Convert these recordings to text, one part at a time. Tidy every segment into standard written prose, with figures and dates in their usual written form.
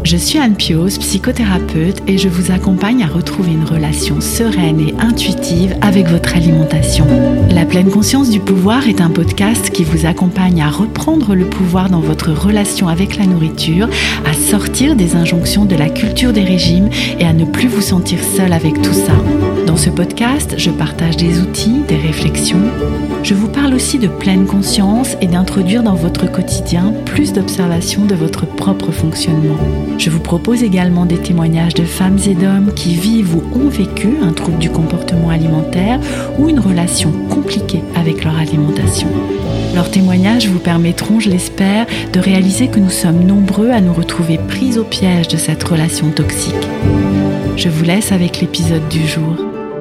Je suis Anne Pioz, psychothérapeute et je vous accompagne à retrouver une relation sereine et intuitive avec votre alimentation. La pleine conscience du pouvoir est un podcast qui vous accompagne à reprendre le pouvoir dans votre relation avec la nourriture, à sortir des injonctions de la culture des régimes et à ne plus vous sentir seul avec tout ça. Dans ce podcast, je partage des outils, des réflexions. Je vous parle aussi de pleine conscience et d'introduire dans votre quotidien plus d'observation de votre propre fonctionnement. Je vous propose également des témoignages de femmes et d'hommes qui vivent ou ont vécu un trouble du comportement alimentaire ou une relation compliquée avec leur alimentation. Leurs témoignages vous permettront, je l'espère, de réaliser que nous sommes nombreux à nous retrouver pris au piège de cette relation toxique. Je vous laisse avec l'épisode du jour.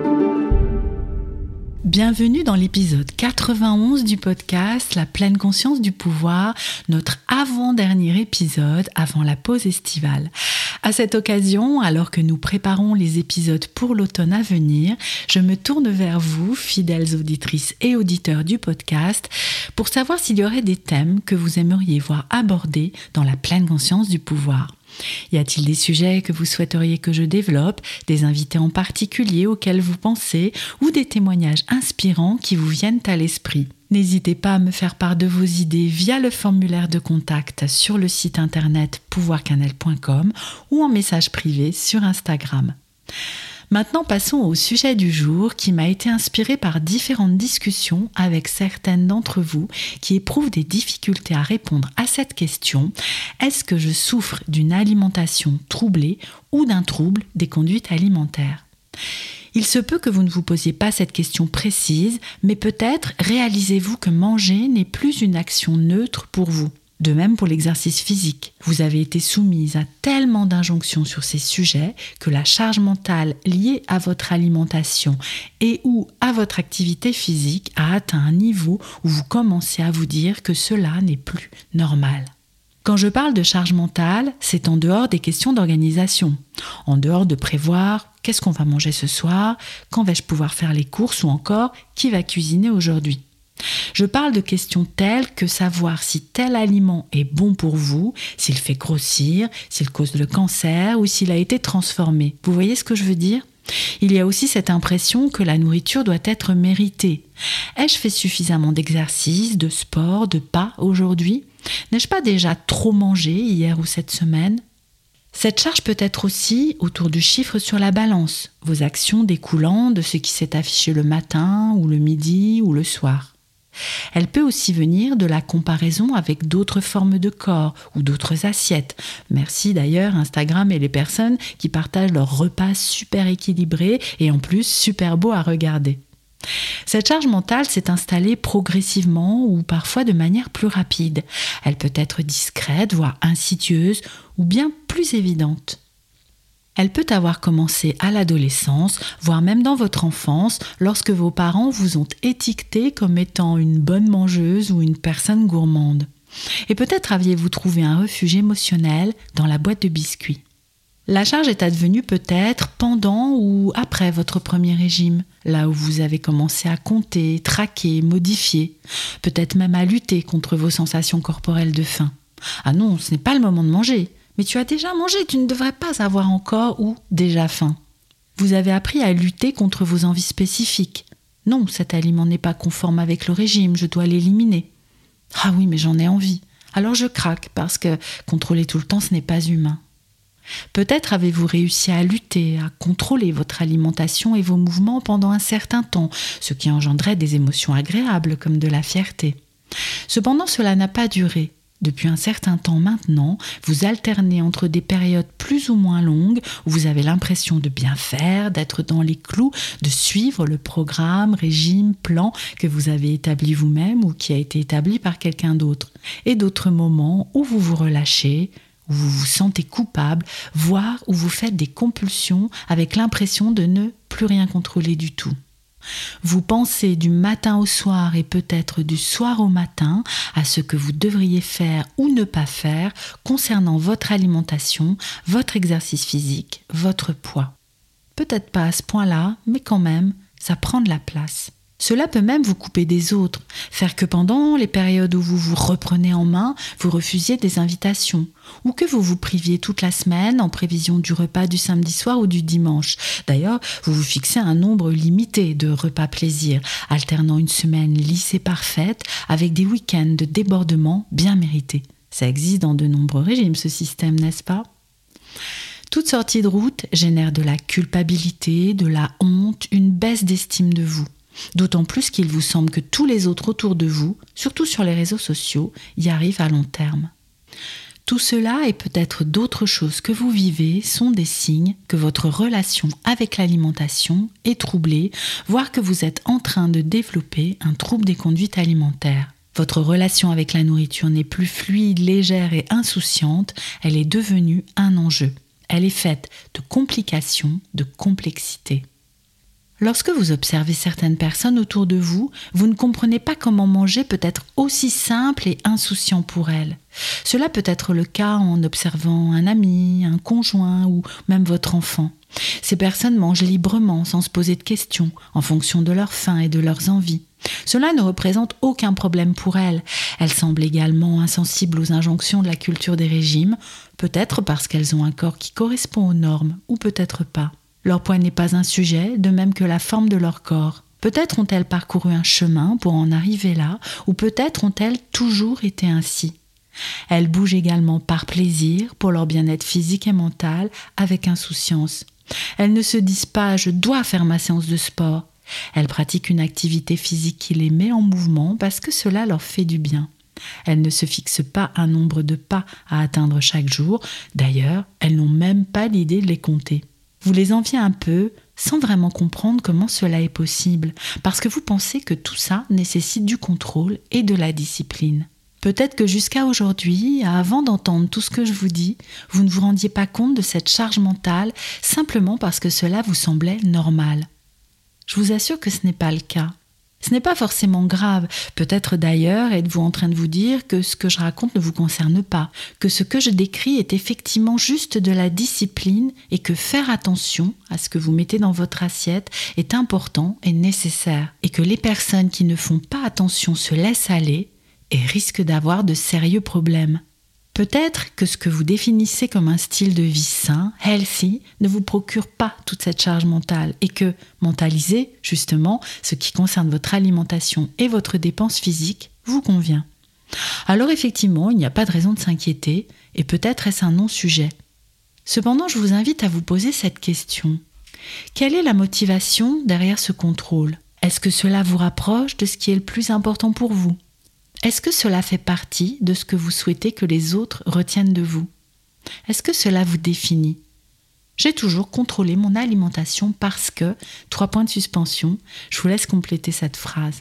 Bienvenue dans l'épisode 91 du podcast La pleine conscience du pouvoir, notre avant-dernier épisode avant la pause estivale. À cette occasion, alors que nous préparons les épisodes pour l'automne à venir, je me tourne vers vous, fidèles auditrices et auditeurs du podcast, pour savoir s'il y aurait des thèmes que vous aimeriez voir abordés dans la pleine conscience du pouvoir. Y a-t-il des sujets que vous souhaiteriez que je développe, des invités en particulier auxquels vous pensez ou des témoignages inspirants qui vous viennent à l'esprit? N'hésitez pas à me faire part de vos idées via le formulaire de contact sur le site internet pouvoircannelle.com ou en message privé sur Instagram. Maintenant, passons au sujet du jour qui m'a été inspiré par différentes discussions avec certaines d'entre vous qui éprouvent des difficultés à répondre à cette question. Est-ce que je souffre d'une alimentation troublée ou d'un trouble des conduites alimentaires ? Il se peut que vous ne vous posiez pas cette question précise, mais peut-être réalisez-vous que manger n'est plus une action neutre pour vous. De même pour l'exercice physique. Vous avez été soumise à tellement d'injonctions sur ces sujets que la charge mentale liée à votre alimentation et ou à votre activité physique a atteint un niveau où vous commencez à vous dire que cela n'est plus normal. Quand je parle de charge mentale, c'est en dehors des questions d'organisation, en dehors de prévoir qu'est-ce qu'on va manger ce soir, quand vais-je pouvoir faire les courses ou encore qui va cuisiner aujourd'hui. Je parle de questions telles que savoir si tel aliment est bon pour vous, s'il fait grossir, s'il cause le cancer ou s'il a été transformé. Vous voyez ce que je veux dire ? Il y a aussi cette impression que la nourriture doit être méritée. Ai-je fait suffisamment d'exercice, de sport, de pas aujourd'hui ? N'ai-je pas déjà trop mangé hier ou cette semaine ? Cette charge peut être aussi autour du chiffre sur la balance, vos actions découlant de ce qui s'est affiché le matin ou le midi ou le soir. Elle peut aussi venir de la comparaison avec d'autres formes de corps ou d'autres assiettes. Merci d'ailleurs Instagram et les personnes qui partagent leurs repas super équilibrés et en plus super beaux à regarder. Cette charge mentale s'est installée progressivement ou parfois de manière plus rapide. Elle peut être discrète, voire insidieuse ou bien plus évidente. Elle peut avoir commencé à l'adolescence, voire même dans votre enfance, lorsque vos parents vous ont étiqueté comme étant une bonne mangeuse ou une personne gourmande. Et peut-être aviez-vous trouvé un refuge émotionnel dans la boîte de biscuits. La charge est advenue peut-être pendant ou après votre premier régime, là où vous avez commencé à compter, traquer, modifier, peut-être même à lutter contre vos sensations corporelles de faim. Ah non, ce n'est pas le moment de manger. Mais tu as déjà mangé, tu ne devrais pas avoir encore ou déjà faim. Vous avez appris à lutter contre vos envies spécifiques. Non, cet aliment n'est pas conforme avec le régime, je dois l'éliminer. Ah oui, mais j'en ai envie. Alors je craque parce que contrôler tout le temps, ce n'est pas humain. Peut-être avez-vous réussi à lutter, à contrôler votre alimentation et vos mouvements pendant un certain temps, ce qui engendrait des émotions agréables comme de la fierté. Cependant, cela n'a pas duré. Depuis un certain temps maintenant, vous alternez entre des périodes plus ou moins longues où vous avez l'impression de bien faire, d'être dans les clous, de suivre le programme, régime, plan que vous avez établi vous-même ou qui a été établi par quelqu'un d'autre. Et d'autres moments où vous vous relâchez, où vous vous sentez coupable, voire où vous faites des compulsions avec l'impression de ne plus rien contrôler du tout. Vous pensez du matin au soir et peut-être du soir au matin à ce que vous devriez faire ou ne pas faire concernant votre alimentation, votre exercice physique, votre poids. Peut-être pas à ce point-là, mais quand même, ça prend de la place. Cela peut même vous couper des autres, faire que pendant les périodes où vous vous reprenez en main, vous refusiez des invitations, ou que vous vous priviez toute la semaine en prévision du repas du samedi soir ou du dimanche. D'ailleurs, vous vous fixez un nombre limité de repas plaisir, alternant une semaine lisse et parfaite avec des week-ends de débordement bien mérités. Ça existe dans de nombreux régimes, ce système, n'est-ce pas ? Toute sortie de route génère de la culpabilité, de la honte, une baisse d'estime de vous. D'autant plus qu'il vous semble que tous les autres autour de vous, surtout sur les réseaux sociaux, y arrivent à long terme. Tout cela et peut-être d'autres choses que vous vivez sont des signes que votre relation avec l'alimentation est troublée, voire que vous êtes en train de développer un trouble des conduites alimentaires. Votre relation avec la nourriture n'est plus fluide, légère et insouciante, elle est devenue un enjeu. Elle est faite de complications, de complexité. Lorsque vous observez certaines personnes autour de vous, vous ne comprenez pas comment manger peut être aussi simple et insouciant pour elles. Cela peut être le cas en observant un ami, un conjoint ou même votre enfant. Ces personnes mangent librement, sans se poser de questions, en fonction de leur faim et de leurs envies. Cela ne représente aucun problème pour elles. Elles semblent également insensibles aux injonctions de la culture des régimes, peut-être parce qu'elles ont un corps qui correspond aux normes, ou peut-être pas. Leur poids n'est pas un sujet, de même que la forme de leur corps. Peut-être ont-elles parcouru un chemin pour en arriver là, ou peut-être ont-elles toujours été ainsi. Elles bougent également par plaisir, pour leur bien-être physique et mental, avec insouciance. Elles ne se disent pas « je dois faire ma séance de sport ». Elles pratiquent une activité physique qui les met en mouvement parce que cela leur fait du bien. Elles ne se fixent pas un nombre de pas à atteindre chaque jour. D'ailleurs, elles n'ont même pas l'idée de les compter. Vous les enviez un peu, sans vraiment comprendre comment cela est possible, parce que vous pensez que tout ça nécessite du contrôle et de la discipline. Peut-être que jusqu'à aujourd'hui, avant d'entendre tout ce que je vous dis, vous ne vous rendiez pas compte de cette charge mentale simplement parce que cela vous semblait normal. Je vous assure que ce n'est pas le cas. Ce n'est pas forcément grave. Peut-être d'ailleurs êtes-vous en train de vous dire que ce que je raconte ne vous concerne pas, que ce que je décris est effectivement juste de la discipline et que faire attention à ce que vous mettez dans votre assiette est important et nécessaire, et que les personnes qui ne font pas attention se laissent aller et risquent d'avoir de sérieux problèmes. Peut-être que ce que vous définissez comme un style de vie sain, healthy, ne vous procure pas toute cette charge mentale et que mentaliser, justement, ce qui concerne votre alimentation et votre dépense physique, vous convient. Alors effectivement, il n'y a pas de raison de s'inquiéter et peut-être est-ce un non-sujet. Cependant, je vous invite à vous poser cette question. Quelle est la motivation derrière ce contrôle ? Est-ce que cela vous rapproche de ce qui est le plus important pour vous ? Est-ce que cela fait partie de ce que vous souhaitez que les autres retiennent de vous ? Est-ce que cela vous définit ? J'ai toujours contrôlé mon alimentation parce que, 3 points de suspension, je vous laisse compléter cette phrase.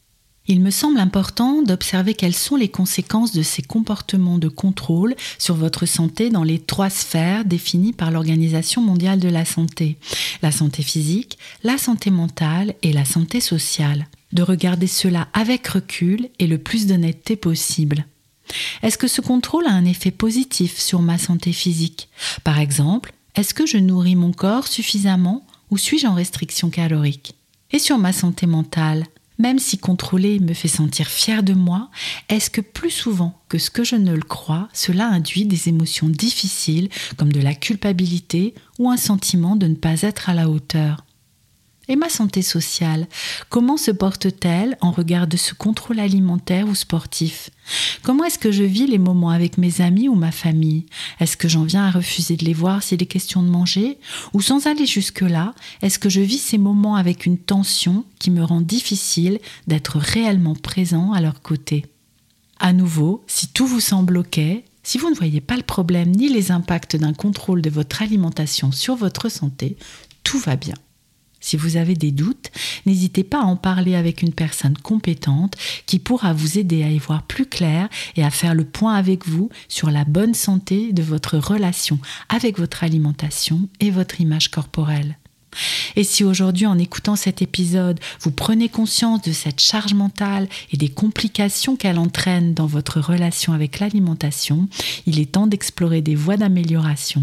Il me semble important d'observer quelles sont les conséquences de ces comportements de contrôle sur votre santé dans les 3 sphères définies par l'Organisation mondiale de la santé. La santé physique, la santé mentale et la santé sociale. De regarder cela avec recul et le plus d'honnêteté possible. Est-ce que ce contrôle a un effet positif sur ma santé physique ? Par exemple, est-ce que je nourris mon corps suffisamment ou suis-je en restriction calorique ? Et sur ma santé mentale ? Même si contrôler me fait sentir fière de moi, est-ce que plus souvent que ce que je ne le crois, cela induit des émotions difficiles comme de la culpabilité ou un sentiment de ne pas être à la hauteur ? Et ma santé sociale, comment se porte-t-elle en regard de ce contrôle alimentaire ou sportif ? Comment est-ce que je vis les moments avec mes amis ou ma famille ? Est-ce que j'en viens à refuser de les voir s'il est question de manger ? Ou sans aller jusque-là, est-ce que je vis ces moments avec une tension qui me rend difficile d'être réellement présent à leur côté ? À nouveau, si tout vous semble ok, si vous ne voyez pas le problème ni les impacts d'un contrôle de votre alimentation sur votre santé, tout va bien. Si vous avez des doutes, n'hésitez pas à en parler avec une personne compétente qui pourra vous aider à y voir plus clair et à faire le point avec vous sur la bonne santé de votre relation avec votre alimentation et votre image corporelle. Et si aujourd'hui, en écoutant cet épisode, vous prenez conscience de cette charge mentale et des complications qu'elle entraîne dans votre relation avec l'alimentation, il est temps d'explorer des voies d'amélioration.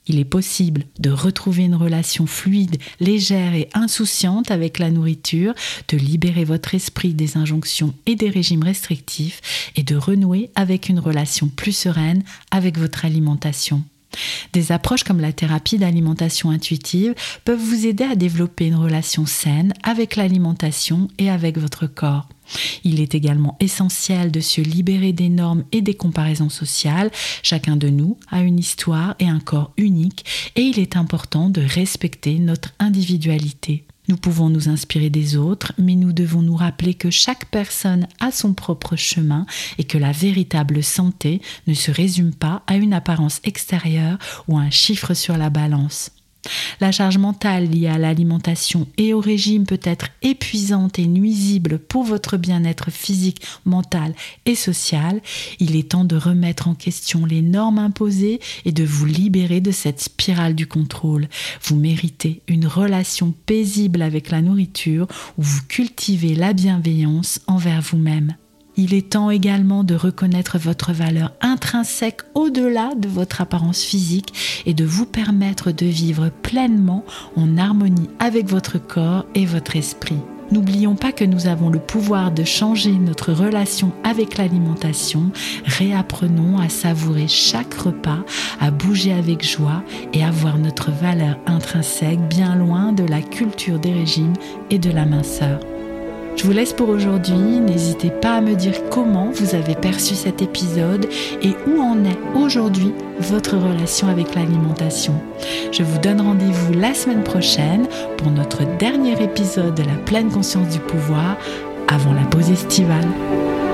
Il est possible de retrouver une relation fluide, légère et insouciante avec la nourriture, de libérer votre esprit des injonctions et des régimes restrictifs et de renouer avec une relation plus sereine avec votre alimentation. Des approches comme la thérapie d'alimentation intuitive peuvent vous aider à développer une relation saine avec l'alimentation et avec votre corps. Il est également essentiel de se libérer des normes et des comparaisons sociales. Chacun de nous a une histoire et un corps unique et il est important de respecter notre individualité. Nous pouvons nous inspirer des autres, mais nous devons nous rappeler que chaque personne a son propre chemin et que la véritable santé ne se résume pas à une apparence extérieure ou à un chiffre sur la balance. La charge mentale liée à l'alimentation et au régime peut être épuisante et nuisible pour votre bien-être physique, mental et social. Il est temps de remettre en question les normes imposées et de vous libérer de cette spirale du contrôle. Vous méritez une relation paisible avec la nourriture où vous cultivez la bienveillance envers vous-même. Il est temps également de reconnaître votre valeur intrinsèque au-delà de votre apparence physique et de vous permettre de vivre pleinement en harmonie avec votre corps et votre esprit. N'oublions pas que nous avons le pouvoir de changer notre relation avec l'alimentation. Réapprenons à savourer chaque repas, à bouger avec joie et à voir notre valeur intrinsèque bien loin de la culture des régimes et de la minceur. Je vous laisse pour aujourd'hui, n'hésitez pas à me dire comment vous avez perçu cet épisode et où en est aujourd'hui votre relation avec l'alimentation. Je vous donne rendez-vous la semaine prochaine pour notre dernier épisode de la pleine conscience du pouvoir avant la pause estivale.